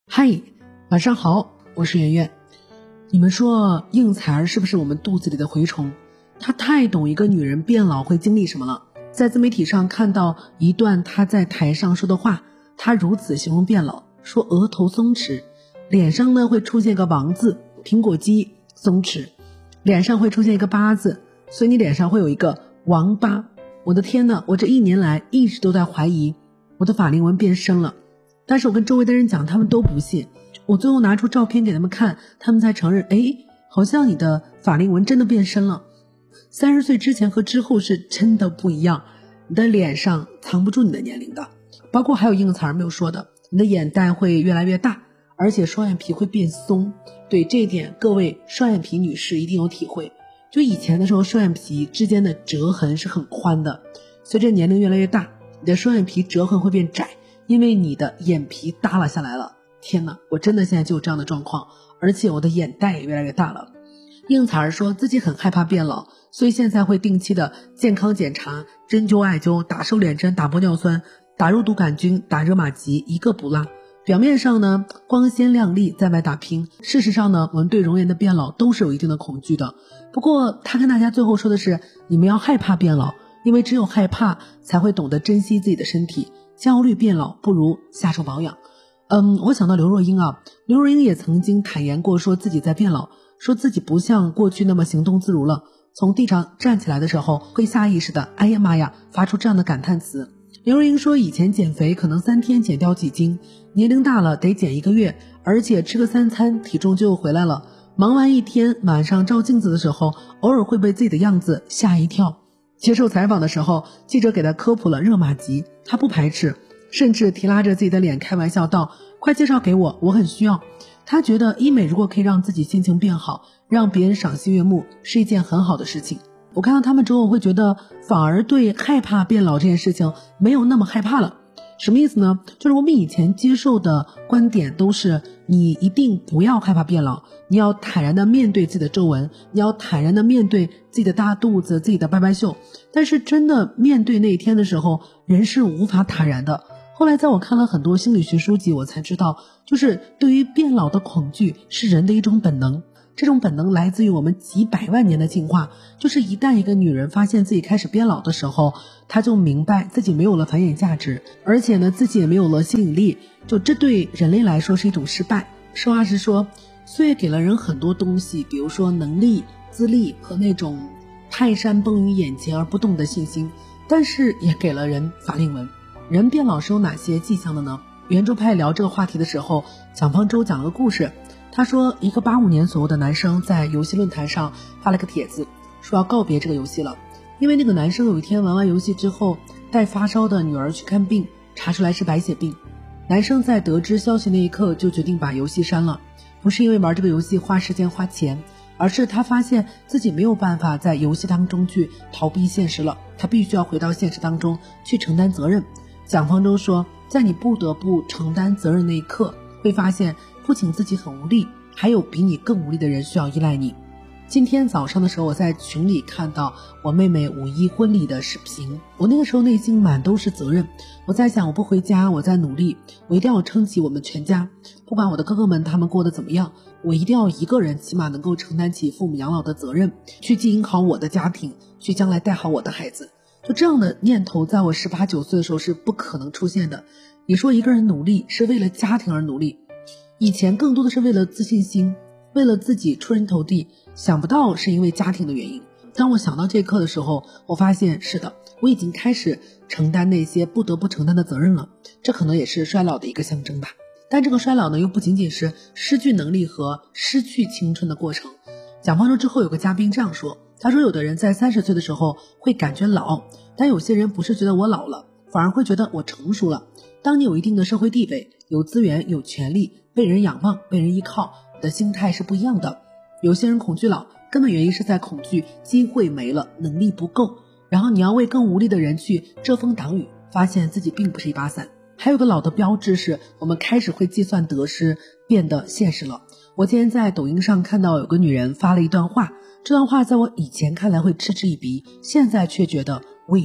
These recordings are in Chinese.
嗨，晚上好，我是圆圆。你们说应采儿是不是我们肚子里的蛔虫？她太懂一个女人变老会经历什么了。在自媒体上看到一段她在台上说的话，她如此形容变老，说额头松弛，脸上呢会出现个王字，苹果肌松弛，脸上会出现一个疤字，所以你脸上会有一个王疤。我的天哪，我这1年来一直都在怀疑我的法令纹变深了，但是我跟周围的人讲，他们都不信。我最后拿出照片给他们看，他们才承认，好像你的法令纹真的变深了。30岁之前和之后是真的不一样，你的脸上藏不住你的年龄的。包括还有应采儿没有说的，你的眼袋会越来越大，而且双眼皮会变松。对这一点，各位双眼皮女士一定有体会。就以前的时候，双眼皮之间的折痕是很宽的，随着年龄越来越大，你的双眼皮折痕会变窄，因为你的眼皮耷拉下来了。天哪，我真的现在就有这样的状况，而且我的眼袋也越来越大了。应采儿说自己很害怕变老，所以现在会定期的健康检查，针灸艾灸，打瘦脸针，打玻尿酸，打肉毒杆菌，打热玛吉，一个不落。表面上呢光鲜亮丽，在外打拼，事实上呢我们对容颜的变老都是有一定的恐惧的。不过他跟大家最后说的是，你们要害怕变老，因为只有害怕才会懂得珍惜自己的身体，焦虑变老不如下手保养。我想到刘若英刘若英也曾经坦言过，说自己在变老，说自己不像过去那么行动自如了，从地上站起来的时候会下意识的哎呀妈呀发出这样的感叹词。刘若英说以前减肥可能3天减掉几斤，年龄大了得减1个月，而且吃个3餐体重就又回来了。忙完一天，晚上照镜子的时候偶尔会被自己的样子吓一跳。接受采访的时候，记者给他科普了热玛吉，他不排斥，甚至提拉着自己的脸开玩笑道，快介绍给我，我很需要。他觉得医美如果可以让自己心情变好，让别人赏心悦目，是一件很好的事情。我看到他们之后，我会觉得反而对害怕变老这件事情没有那么害怕了。什么意思呢？就是我们以前接受的观点都是你一定不要害怕变老，你要坦然的面对自己的皱纹，你要坦然的面对自己的大肚子，自己的拜拜袖。但是真的面对那一天的时候，人是无法坦然的。后来在我看了很多心理学书籍，我才知道，就是对于变老的恐惧是人的一种本能。这种本能来自于我们几百万年的进化，就是一旦一个女人发现自己开始变老的时候，她就明白自己没有了繁衍价值，而且呢自己也没有了吸引力，就这对人类来说是一种失败。实话实说，岁月给了人很多东西，比如说能力、资历和那种泰山崩于眼前而不动的信心，但是也给了人法令纹。人变老是有哪些迹象的呢？圆桌派聊这个话题的时候，蒋方舟讲了个故事。他说一个85年左右的男生在游戏论坛上发了个帖子，说要告别这个游戏了。因为那个男生有一天玩完游戏之后，带发烧的女儿去看病，查出来是白血病。男生在得知消息那一刻就决定把游戏删了，不是因为玩这个游戏花时间花钱，而是他发现自己没有办法在游戏当中去逃避现实了，他必须要回到现实当中去承担责任。蒋方舟说，在你不得不承担责任那一刻，会发现不仅自己很无力，还有比你更无力的人需要依赖你。今天早上的时候，我在群里看到我妹妹5·1婚礼的视频，我那个时候内心满都是责任。我在想，我不回家，我在努力，我一定要撑起我们全家，不管我的哥哥们他们过得怎么样，我一定要一个人起码能够承担起父母养老的责任，去经营好我的家庭，去将来带好我的孩子。就这样的念头在我18、19岁的时候是不可能出现的。你说一个人努力是为了家庭而努力，以前更多的是为了自信心，为了自己出人头地，想不到是因为家庭的原因。当我想到这一刻的时候，我发现是的，我已经开始承担那些不得不承担的责任了。这可能也是衰老的一个象征吧。但这个衰老呢，又不仅仅是失去能力和失去青春的过程。讲方舟之后有个嘉宾这样说，他说有的人在30岁的时候会感觉老，但有些人不是觉得我老了，反而会觉得我成熟了。当你有一定的社会地位，有资源，有权利，被人仰望，被人依靠，你的心态是不一样的。有些人恐惧老，根本原因是在恐惧机会没了，能力不够，然后你要为更无力的人去遮风挡雨，发现自己并不是一把伞。还有个老的标志是，我们开始会计算得失，变得现实了。我今天在抖音上看到有个女人发了一段话，这段话在我以前看来会嗤之以鼻，现在却觉得未必。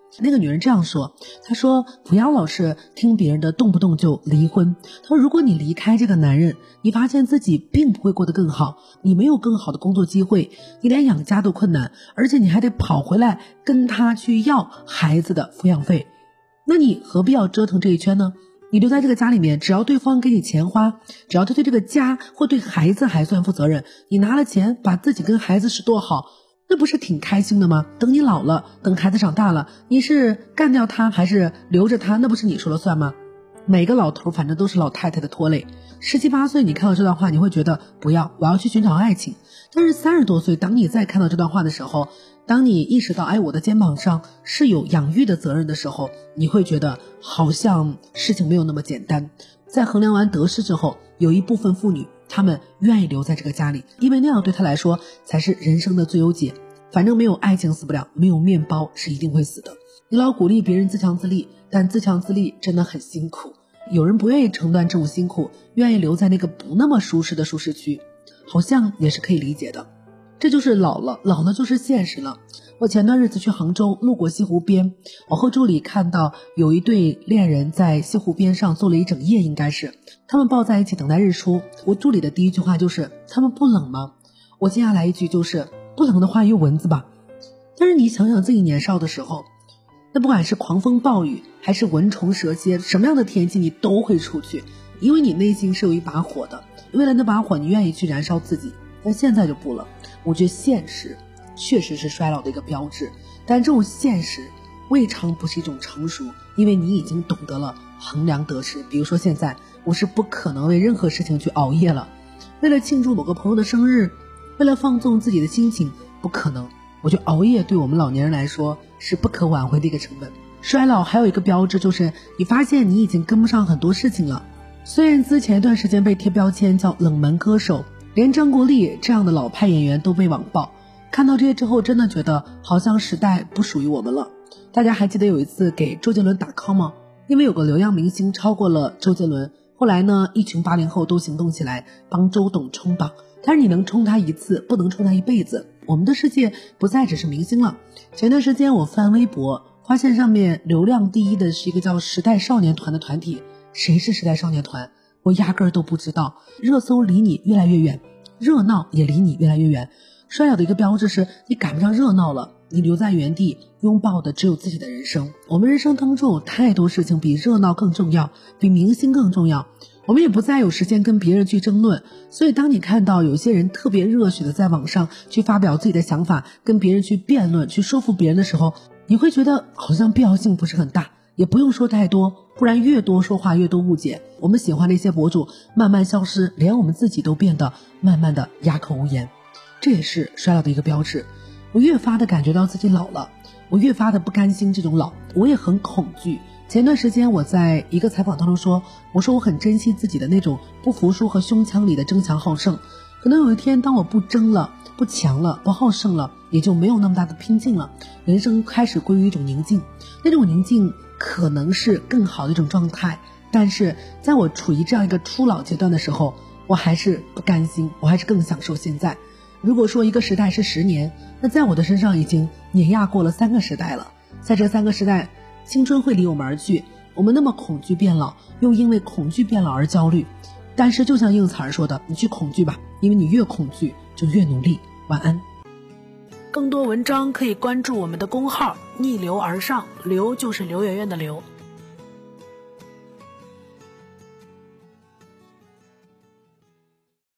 那个女人这样说，她说不要老是听别人的动不动就离婚。她说如果你离开这个男人，你发现自己并不会过得更好，你没有更好的工作机会，你连养家都困难，而且你还得跑回来跟他去要孩子的抚养费，那你何必要折腾这一圈呢？你留在这个家里面，只要对方给你钱花，只要他对这个家或对孩子还算负责任，你拿了钱把自己跟孩子是多好，那不是挺开心的吗？等你老了，等孩子长大了，你是干掉他还是留着他，那不是你说了算吗？每个老头反正都是老太太的拖累。17、18岁你看到这段话，你会觉得不要，我要去寻找爱情。但是30多岁，当你再看到这段话的时候，当你意识到我的肩膀上是有养育的责任的时候，你会觉得好像事情没有那么简单。在衡量完得失之后，有一部分妇女她们愿意留在这个家里，因为那样对她来说才是人生的最优解。反正没有爱情死不了，没有面包是一定会死的。你老鼓励别人自强自立，但自强自立真的很辛苦，有人不愿意承担这种辛苦，愿意留在那个不那么舒适的舒适区，好像也是可以理解的。这就是老了就是现实了。我前段日子去杭州，路过西湖边，我和助理看到有一对恋人在西湖边上坐了一整夜，应该是他们抱在一起等待日出。我助理的第一句话就是他们不冷吗？我接下来一句就是不冷的话有蚊子吧。但是你想想自己年少的时候，那不管是狂风暴雨还是蚊虫蛇蝎，什么样的天气你都会出去，因为你内心是有一把火的，为了那把火你愿意去燃烧自己。但现在就不了。我觉得现实确实是衰老的一个标志，但这种现实未尝不是一种成熟，因为你已经懂得了衡量得失。比如说现在我是不可能为任何事情去熬夜了，为了庆祝某个朋友的生日，为了放纵自己的心情，不可能。我觉得熬夜对我们老年人来说是不可挽回的一个成本。衰老还有一个标志，就是你发现你已经跟不上很多事情了。虽然之前一段时间被贴标签叫冷门歌手，连张国立这样的老派演员都被网暴，看到这些之后真的觉得好像时代不属于我们了。大家还记得有一次给周杰伦打 call 吗？因为有个流量明星超过了周杰伦，后来呢一群80后都行动起来帮周董冲榜，但是你能冲他一次，不能冲他一辈子。我们的世界不再只是明星了。前段时间我翻微博，发现上面流量第一的是一个叫时代少年团的团体。谁是时代少年团？我压根儿都不知道。热搜离你越来越远，热闹也离你越来越远。衰老的一个标志是你赶不上热闹了，你留在原地拥抱的只有自己的人生。我们人生当中有太多事情比热闹更重要，比明星更重要，我们也不再有时间跟别人去争论。所以当你看到有些人特别热血的在网上去发表自己的想法，跟别人去辩论，去说服别人的时候，你会觉得好像必要性不是很大，也不用说太多，不然越多说话越多误解。我们喜欢的一些博主慢慢消失，连我们自己都变得慢慢的哑口无言，这也是衰老的一个标志。我越发的感觉到自己老了，我越发的不甘心这种老，我也很恐惧。前段时间我在一个采访当中说，我说我很珍惜自己的那种不服输和胸腔里的争强好胜。可能有一天当我不争了，不强了，不好胜了，也就没有那么大的拼劲了，人生开始归于一种宁静。那种宁静可能是更好的一种状态，但是在我处于这样一个初老阶段的时候，我还是不甘心，我还是更享受现在。如果说一个时代是10年，那在我的身上已经碾压过了3个时代了。在这3个时代，青春会离我们而去，我们那么恐惧变老，又因为恐惧变老而焦虑。但是就像应采儿说的，你去恐惧吧，因为你越恐惧就越努力。晚安。更多文章可以关注我们的公号逆流而上，流就是刘媛媛的刘。